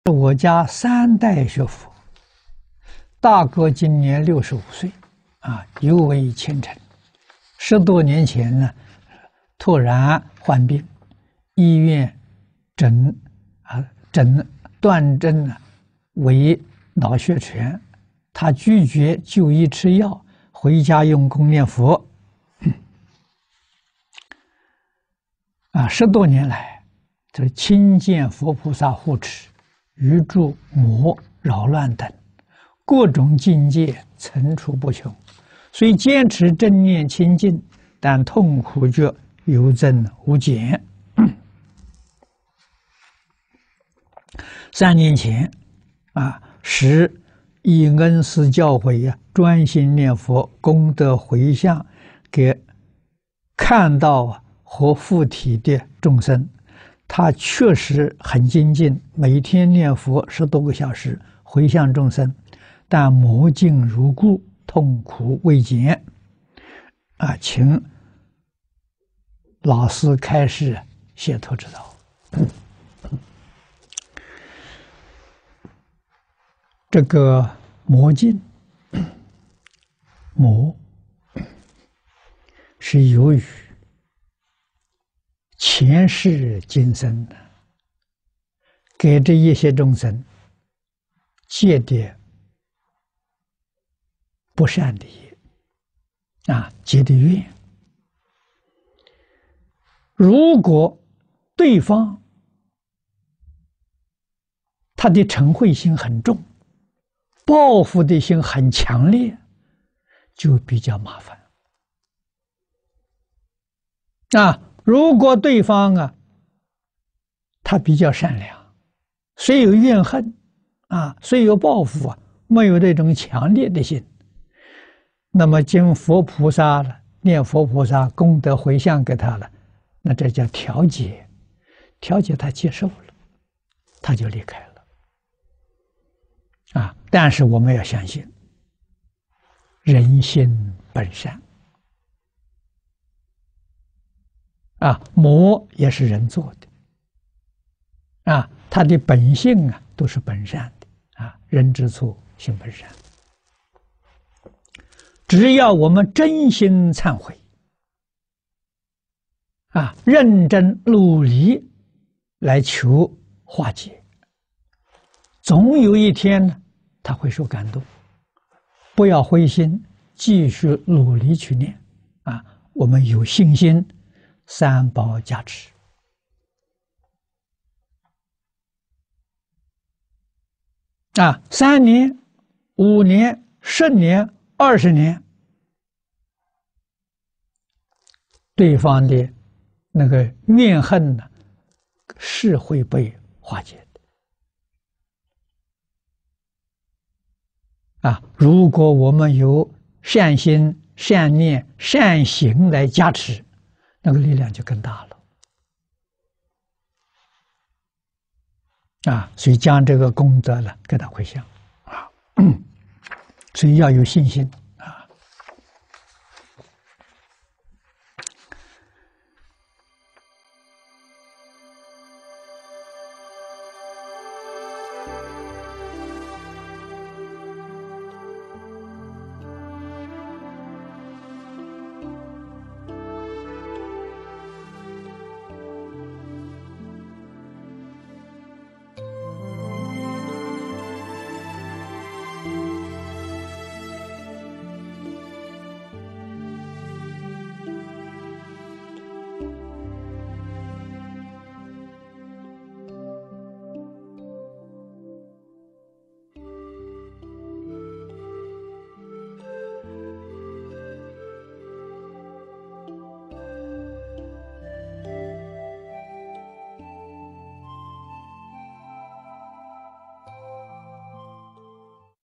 我家3代学佛，大哥今年65岁，尤为虔诚。10多年前呢，突然患病，医院断症为脑血栓，他拒绝就医吃药，回家用功念佛。10多年来，这亲见佛菩萨护持，余诸魔扰乱等各种境界层出不穷，虽坚持正念清净，但痛苦觉有增无减。3年前，时以恩师教诲专心念佛，功德回向给看到和附体的众生。他确实很精进，每天念佛10多个小时，回向众生，但魔境如故，痛苦未减。请老师开示解脱之道。这个魔境，魔是由于前世今生的给这一些众生结的不善的业，结的怨。如果对方他的嗔恚心很重，报复的心很强烈，就比较麻烦。如果对方他比较善良，虽有怨恨虽有报复没有这种强烈的心，那么经佛菩萨了，念佛菩萨功德回向给他了，那这叫调节，调节他接受了，他就离开了。但是我们要相信人心本善。魔也是人做的，他的本性都是本善的，人之初性本善。只要我们真心忏悔，认真努力来求化解，总有一天呢，他会受感动。不要灰心，继续努力去念，我们有信心，三宝加持。3年、5年、10年、20年，对方的那个怨恨呢，是会被化解的。如果我们有善心、善念、善行来加持，那个力量就更大了。所以将这个功德呢给他回向，所以要有信心。